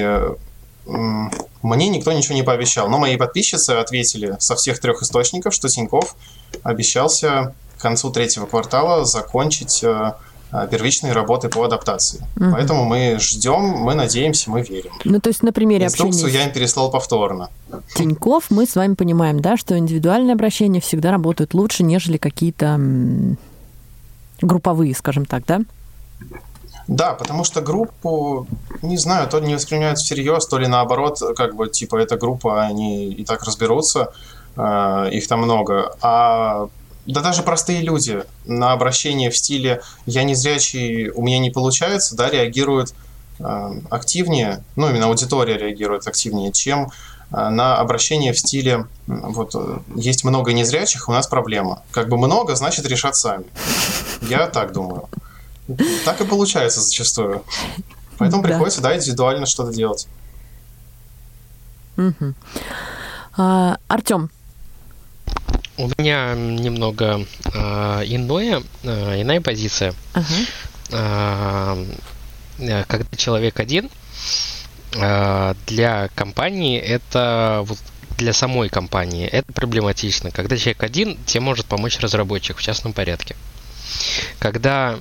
мне никто ничего не пообещал. Но мои подписчицы ответили со всех 3 источников, что Тинькофф обещался к концу 3-го квартала закончить первичные работы по адаптации. Поэтому мы ждем, мы надеемся, мы верим. Ну, то есть на примере инструкцию общения... я им переслал повторно. Тинькофф, мы с вами понимаем, да, что индивидуальные обращения всегда работают лучше, нежели какие-то групповые, скажем так, да? Да, потому что группу, не знаю, то ли не воспринимают всерьез, то ли наоборот, как бы, типа, эта группа, они и так разберутся, их там много. Да даже простые люди на обращение в стиле «я незрячий, у меня не получается», да, реагируют активнее, именно аудитория реагирует активнее, чем на обращение в стиле вот есть много незрячих, у нас проблема. Как бы много, значит решат сами. Я так думаю. Так и получается зачастую. Поэтому приходится, индивидуально что-то делать. Артём. У меня немного иная позиция. Когда человек один, для компании это для самой компании это проблематично. Когда человек один, тебе может помочь разработчик в частном порядке. Когда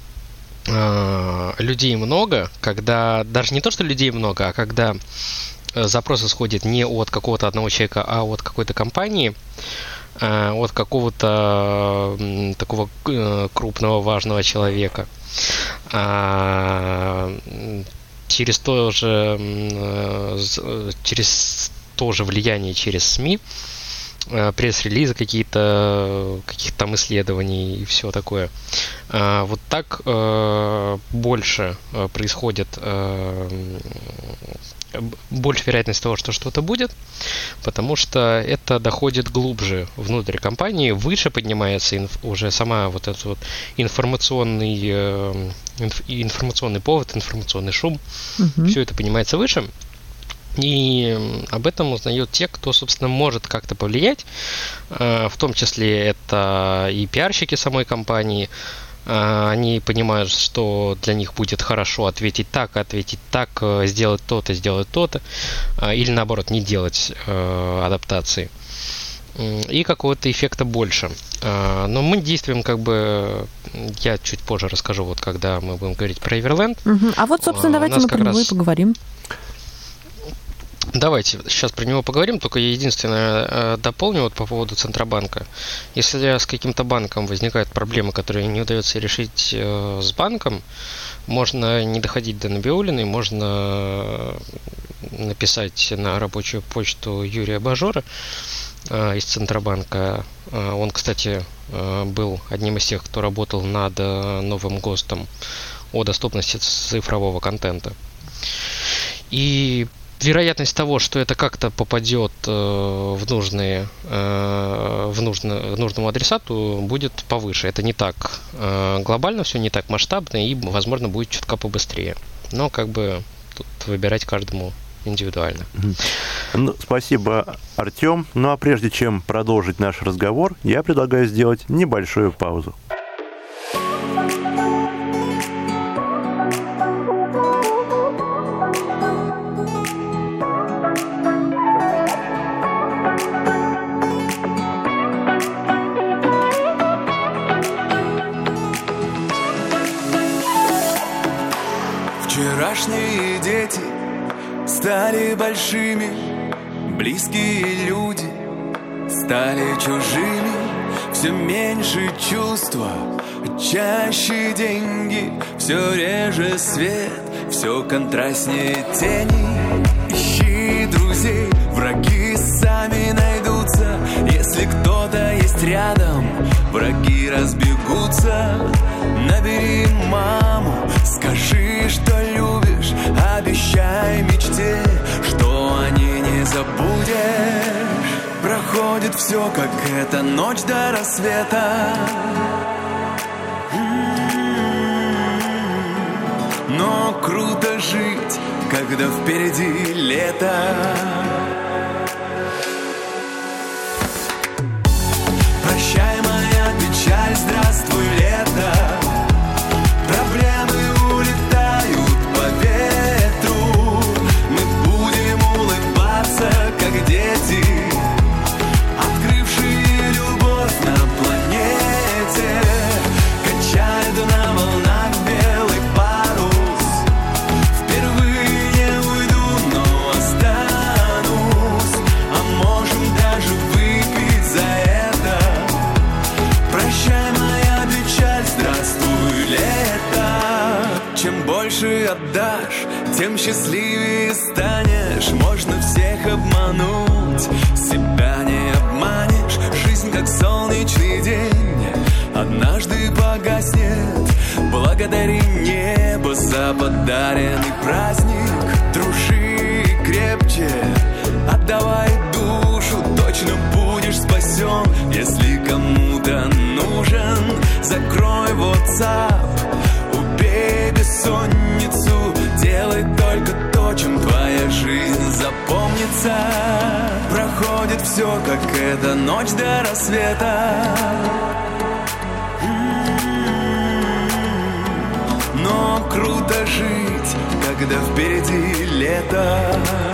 людей много, когда даже не то, что людей много, а когда запрос исходит не от какого-то одного человека, а от какой-то компании, от какого-то такого крупного важного человека, через то же влияние через СМИ, пресс-релизы каких-то там исследований и все такое. Вот так больше происходит, больше вероятность того, что что-то будет, потому что это доходит глубже внутрь компании, выше поднимается уже сама вот этот вот информационный повод, информационный шум. Все это поднимается выше. И об этом узнают те, кто, собственно, может как-то повлиять. В том числе это и пиарщики самой компании. Они понимают, что для них будет хорошо ответить так, сделать то-то. Или, наоборот, не делать адаптации. И какого-то эффекта больше. Но мы действуем я чуть позже расскажу, вот когда мы будем говорить про Everland. А вот, собственно, давайте мы про него и поговорим. Давайте сейчас про него поговорим, только я единственное дополню вот по поводу Центробанка. Если с каким-то банком возникают проблемы, которые не удается решить с банком, можно не доходить до Набиуллиной, можно написать на рабочую почту Юрия Бажора из Центробанка. Он, кстати, был одним из тех, кто работал над новым ГОСТом о доступности цифрового контента. И вероятность того, что это как-то попадет нужному адресату, будет повыше. Это не так глобально все, не так масштабно и, возможно, будет чутка побыстрее. Но тут выбирать каждому индивидуально. Спасибо, Артём. А прежде чем продолжить наш разговор, я предлагаю сделать небольшую паузу. Вчерашние дети стали большими, близкие люди стали чужими, все меньше чувства, чаще деньги, все реже свет, все контрастнее тени. Ищи друзей, враги сами найдутся, если кто-то есть рядом, враги разбегутся. Набери маму, скажи, что любишь, обещай мечте, что о ней не забудешь. Проходит все, как эта ночь до рассвета, но круто жить, когда впереди лето. Прощай, моя печаль, здравствуй, лето. Проблемы улетают по ветру. Мы будем улыбаться, как дети, открывшие любовь на планете. Качают на волнах белый парус. Впервые не уйду, но останусь. А можем даже выпить за это. Прощай, моя печаль, здравствуй, лето. Чем больше отдашь, тем счастливее станешь. Можно всех обмануть, себя не обманешь. Жизнь как солнечный день, однажды погаснет. Благодари небо за подаренный праздник. Дружи крепче, отдавай душу, точно будешь спасен. Если кому-то нужен, закрой WhatsApp, убей бессонницу, делай только то, чем твоя жизнь запомнится. Проходит все, как эта ночь до рассвета. Но круто жить, когда впереди лето.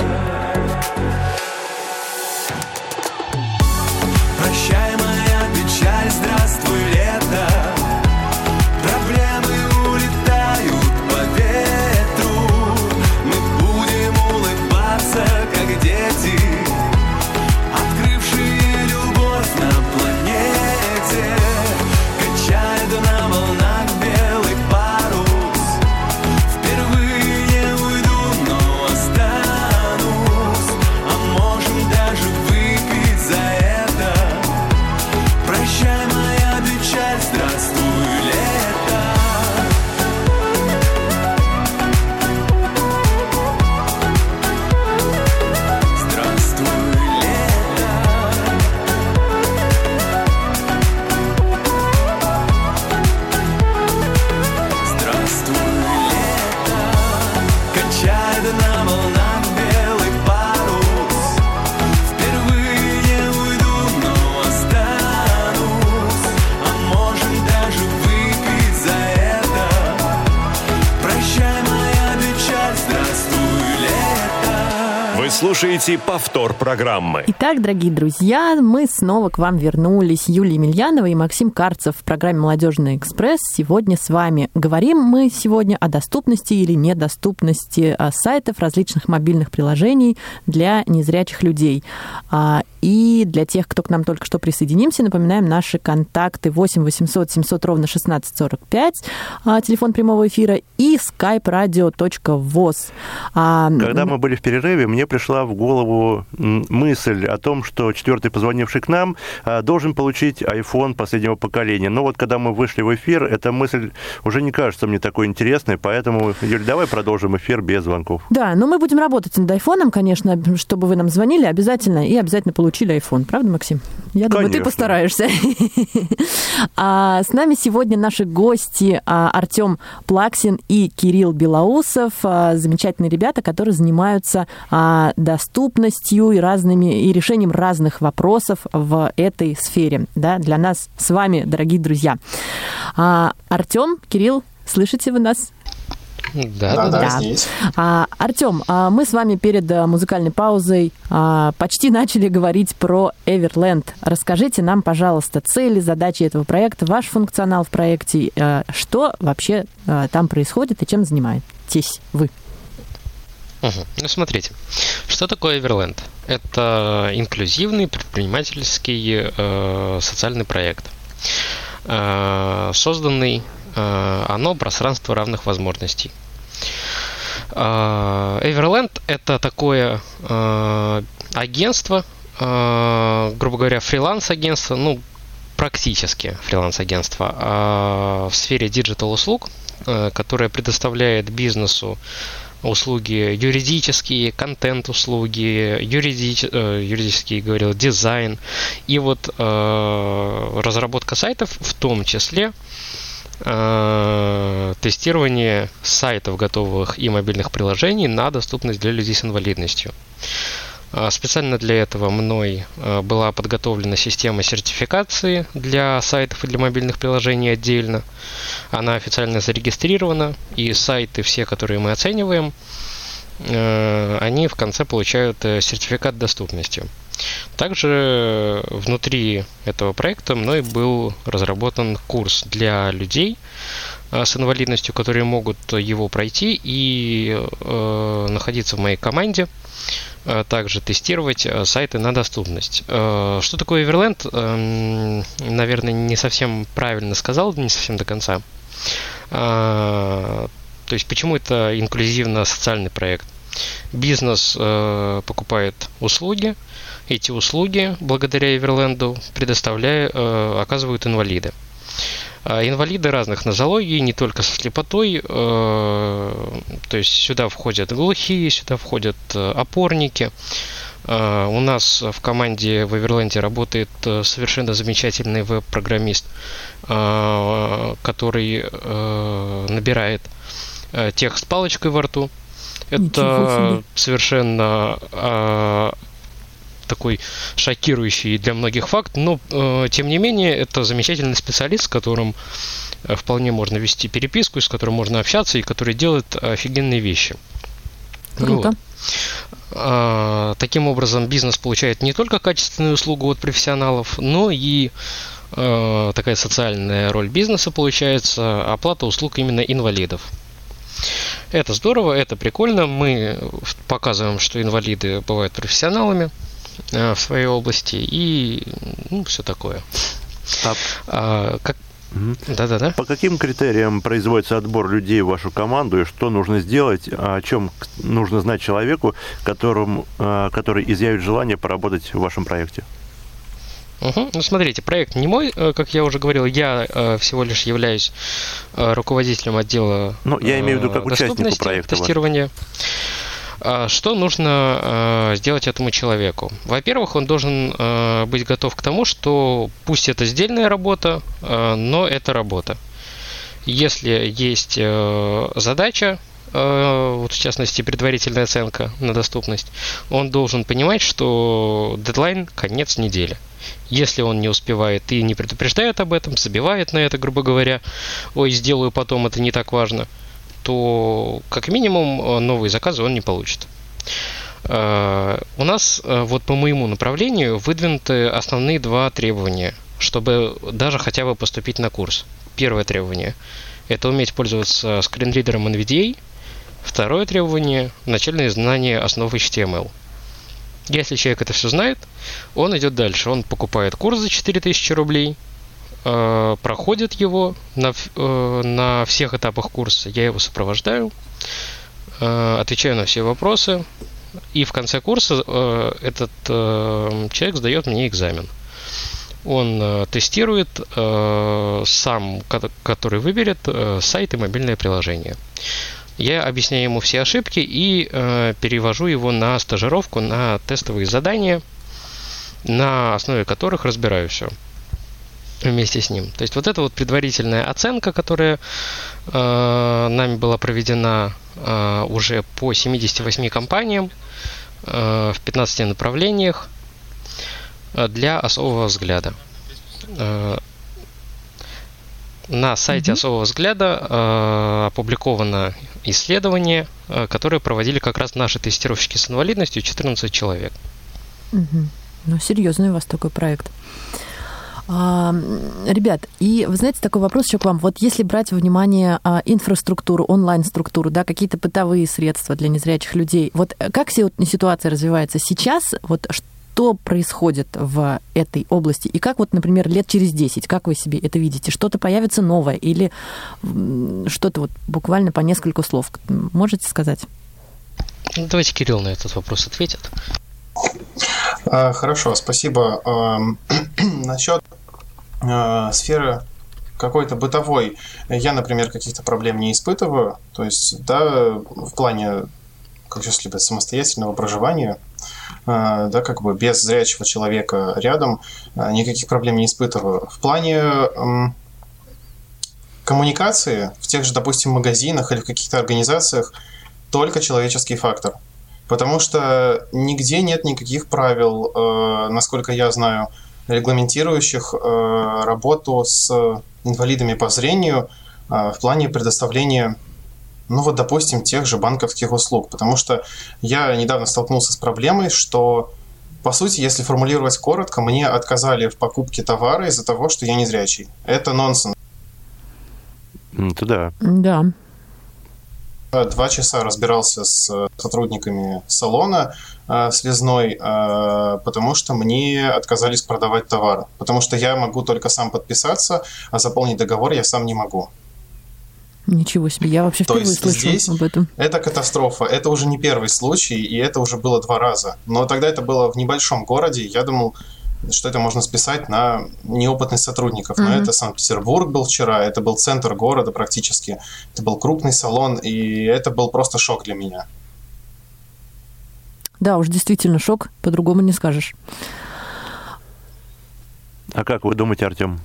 Прощай, моя печаль, здравствуй, лето. Проблемы улетают по ветру. Мы будем улыбаться, как дети, открывшие любовь на планете. Качает на волнах белый парус. Впервые не уйду, но останусь. А можем даже выпить за это. Прощай, моя печаль, здравствуй, лето. Здравствуй, лето. Здравствуй, лето. Качает на волнах белый парус. Впервые не уйду, но останусь. А можем даже выпить за это. Прощай, моя печаль, здравствуй, лето. Вы слушаете повтор программы. Итак, дорогие друзья, мы снова к вам вернулись. Юлия Емельянова и Максим Карцев в программе «Молодежный экспресс». Сегодня с вами говорим мы сегодня о доступности или недоступности сайтов, различных мобильных приложений для незрячих людей. И для тех, кто к нам только что присоединился, напоминаем наши контакты 8 800 700 ровно 1645, телефон прямого эфира, и skype-radio.voz. Когда мы были в перерыве, мне пришла в голову мысль о том, что четвертый позвонивший к нам должен получить iPhone последнего поколения. Но вот когда мы вышли в эфир, эта мысль уже не кажется мне такой интересной, поэтому, Юль, давай продолжим эфир без звонков. Да, но мы будем работать над iPhone, конечно, чтобы вы нам звонили обязательно, и обязательно получили iPhone. Правда, Максим? Я думаю, ты постараешься. С нами сегодня наши гости Артем Плаксин и Кирилл Белоусов, замечательные ребята, которые занимаются доступностью и решением разных вопросов в этой сфере. Да, для нас с вами, дорогие друзья. Артем, Кирилл, слышите вы нас? Да, здесь. Артем, мы с вами перед музыкальной паузой почти начали говорить про Everland. Расскажите нам, пожалуйста, цели, задачи этого проекта, ваш функционал в проекте, что вообще там происходит и чем занимаетесь вы? Ну, смотрите, что такое Everland? Это инклюзивный предпринимательский социальный проект, созданный оно пространство равных возможностей. Everland – это такое агентство, грубо говоря, фриланс-агентство, ну, практически фриланс-агентство в сфере диджитал-услуг, которое предоставляет бизнесу услуги юридические, контент-услуги, юридические, говорил, дизайн и вот разработка сайтов, в том числе тестирование сайтов готовых и мобильных приложений на доступность для людей с инвалидностью. Специально для этого мной была подготовлена система сертификации для сайтов и для мобильных приложений отдельно. Она официально зарегистрирована, и сайты все, которые мы оцениваем, они в конце получают сертификат доступности. Также внутри этого проекта мной был разработан курс для людей с инвалидностью, которые могут его пройти и находиться в моей команде, также тестировать сайты на доступность. Что такое Everland? Наверное, не совсем правильно сказал, не совсем до конца. То есть, почему это инклюзивно-социальный проект? Бизнес покупает услуги, эти услуги, благодаря Everland, оказывают инвалиды. Инвалиды разных нозологий, не только со слепотой, то есть сюда входят глухие, сюда входят опорники, У нас в команде в Эверленде работает совершенно замечательный веб-программист, который набирает текст с палочкой во рту. Это совершенно такой шокирующий для многих факт, но тем не менее это замечательный специалист, с которым вполне можно вести переписку, с которым можно общаться и который делает офигенные вещи. Круто. Вот. Таким образом, бизнес получает не только качественную услугу от профессионалов, но и такая социальная роль бизнеса получается, оплата услуг именно инвалидов. Это здорово, это прикольно. Мы показываем, что инвалиды бывают профессионалами в своей области и все такое. Да-да-да. По каким критериям производится отбор людей в вашу команду и что нужно сделать, о чем нужно знать человеку, который изъявит желание поработать в вашем проекте? Ну, смотрите, проект не мой, как я уже говорил, я всего лишь являюсь руководителем отдела я имею в виду как участнику проекта тестирования. Что нужно сделать этому человеку? Во-первых, он должен быть готов к тому, что пусть это сдельная работа, но это работа. Если есть задача, вот в частности предварительная оценка на доступность, он должен понимать, что дедлайн – конец недели. Если он не успевает и не предупреждает об этом, забивает на это, грубо говоря, ой, сделаю потом, это не так важно, то как минимум новые заказы он не получит. У нас вот по моему направлению выдвинуты основные два требования, чтобы даже хотя бы поступить на курс. Первое требование – это уметь пользоваться скринридером NVDA. Второе требование – начальное знание основ HTML. Если человек это все знает, он идет дальше. Он покупает курс за 4000 рублей, проходит его на всех этапах курса. Я его сопровождаю, отвечаю на все вопросы. И в конце курса этот человек сдает мне экзамен. Он тестирует сам, который выберет, сайт и мобильное приложение. Я объясняю ему все ошибки и перевожу его на стажировку, на тестовые задания, на основе которых разбираю все вместе с ним. То есть вот эта вот предварительная оценка, которая нами была проведена уже по 78 компаниям в 15 направлениях для особого взгляда. На сайте особого взгляда опубликовано исследование, которое проводили как раз наши тестировщики с инвалидностью, 14 человек. Ну, серьезный у вас такой проект. Ребят, и вы знаете, такой вопрос еще к вам. Вот если брать во внимание инфраструктуру, онлайн-структуру, да, какие-то бытовые средства для незрячих людей, вот как ситуация развивается сейчас, вот что происходит в этой области, и как вот, например, лет через 10, как вы себе это видите? Что-то появится новое или что-то вот буквально по несколько слов? Можете сказать? Давайте Кирилл на этот вопрос ответит. Хорошо, спасибо. Насчет сферы какой-то бытовой я, например, каких-то проблем не испытываю. То есть, да, в плане какого-либо самостоятельного проживания, да, как бы без зрячего человека рядом никаких проблем не испытываю. В плане коммуникации в тех же, допустим, магазинах или в каких-то организациях только человеческий фактор. Потому что нигде нет никаких правил, насколько я знаю, регламентирующих работу с инвалидами по зрению в плане предоставления, ну вот, допустим, тех же банковских услуг. Потому что я недавно столкнулся с проблемой, что, по сути, если формулировать коротко, мне отказали в покупке товара из-за того, что я незрячий. Это нонсенс. Это да. Да. 2 часа разбирался с сотрудниками салона связной, потому что мне отказались продавать товар. Потому что я могу только сам подписаться, а заполнить договор я сам не могу. Ничего себе, я вообще впервые слышу об этом. Это катастрофа. Это уже не первый случай, и это уже было 2 раза. Но тогда это было в небольшом городе, я думал, что это можно списать на неопытных сотрудников. Но это Санкт-Петербург был вчера, это был центр города практически, это был крупный салон, и это был просто шок для меня. Да, уж действительно шок, по-другому не скажешь. А как вы думаете, Артем?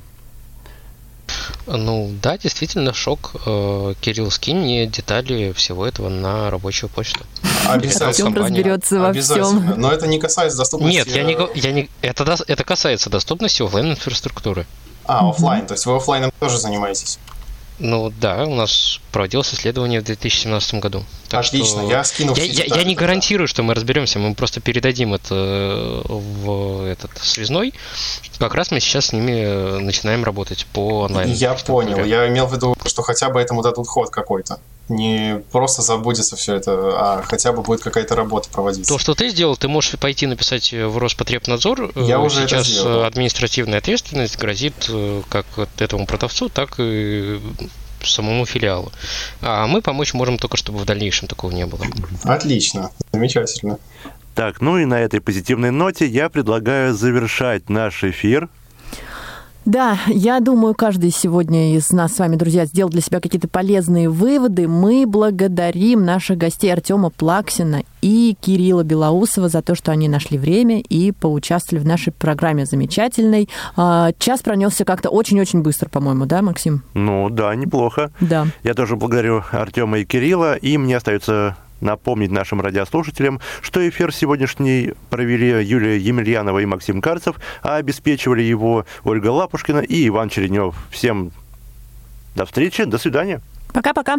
Ну да, действительно шок. Кирилл, скинь мне детали всего этого на рабочую почту. Обязательно. Артем разберется во всем. Но это не касается доступности. Нет, это касается доступности офлайн-инфраструктуры. Офлайн, то есть вы офлайном тоже занимаетесь? Ну да, у нас проводилось исследование в 2017 году. Так отлично, я скину все детали. Я не гарантирую, что мы разберемся, мы просто передадим это в этот связной. Как раз мы сейчас с ними начинаем работать по онлайн. Я понял, я имел в виду, что хотя бы этому дадут ход какой-то. Не просто забудется все это, а хотя бы будет какая-то работа проводиться. То, что ты сделал, ты можешь пойти написать в Роспотребнадзор. Я уже сейчас это сделал. Административная ответственность грозит как этому продавцу, так и самому филиалу. А мы помочь можем только, чтобы в дальнейшем такого не было. Отлично, замечательно. Так, ну и на этой позитивной ноте я предлагаю завершать наш эфир. Да, я думаю, каждый сегодня из нас с вами, друзья, сделал для себя какие-то полезные выводы. Мы благодарим наших гостей Артема Плаксина и Кирилла Белоусова за то, что они нашли время и поучаствовали в нашей программе замечательной. Час пронесся как-то очень-очень быстро, по-моему, да, Максим? Ну да, неплохо. Да. Я тоже благодарю Артема и Кирилла, и мне остается напомнить нашим радиослушателям, что эфир сегодняшний провели Юлия Емельянова и Максим Карцев, а обеспечивали его Ольга Лапушкина и Иван Черенев. Всем до встречи, до свидания. Пока-пока.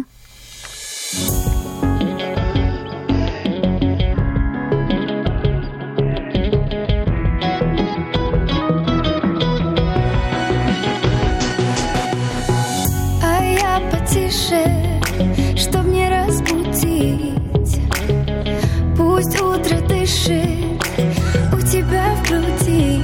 А я потише, чтоб не разбудить. Пусть утро дышит у тебя в груди,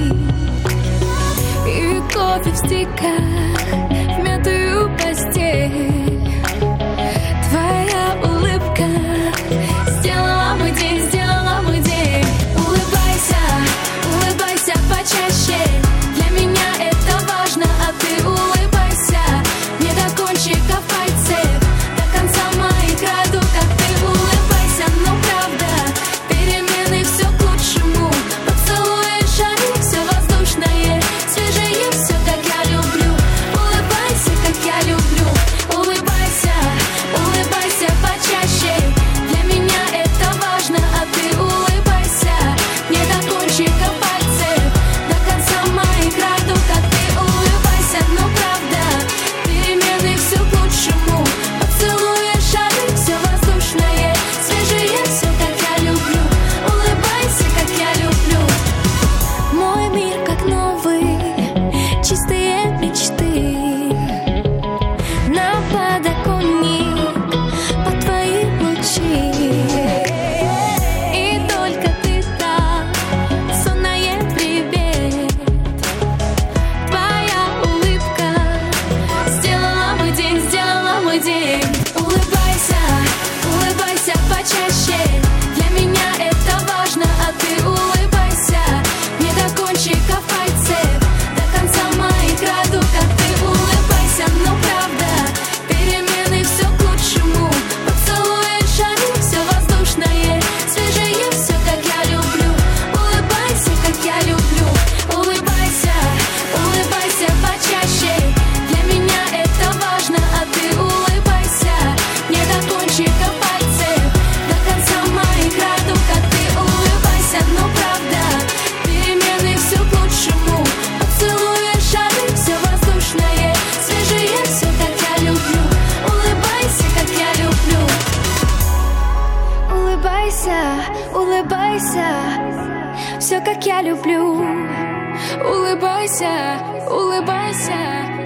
и кофе в стеках в мятую постель. Твоя улыбка сделала мой день, сделала мой день. Улыбайся, улыбайся почаще. Для меня это важно, а ты улыбайся. Не до кончиков пальцев, до конца моих краду, как ты улыбайся. Ну правда, перемены все к лучшему. Поцелуи, шаги, все воздушное, свежее, все как я люблю. Улыбайся, как я люблю. Улыбайся, улыбайся почаще. Для меня это важно, а ты улыбайся. Не до кончиков пальцев, до конца моих краду, как ты улыбайся. Ну правда, перемены все к лучшему. Поцелуи, шаги, все воздушное, свежее, все как я люблю. Улыбайся, как я люблю. Мой мир как новый, чистые мечты. На подоконник под твои лучи. И только ты так, сонная привет. Твоя улыбка сделала мой день, сделала мой день. Улыбайся, улыбайся почаще. Для меня это важно, а ты улыбайся. Не до кончиков пальцев, до конца моих краду, как ты улыбайся. Ну правда, перемены все к лучшему. Поцелуи, шаги, все воздушное, свежее, все как я люблю. Улыбайся, как я люблю. Улыбайся, улыбайся почаще. Для меня это важно, а ты улыбайся. Не до кончиков пальцев, до конца моих краду, как ты улыбайся. Ну правда, перемены все к лучшему. Поцелуи, шаги, все воздушное, свежее, все как я люблю. Улыбайся, как я люблю. Улыбайся, улыбайся, все как я люблю. Улыбайся, улыбайся.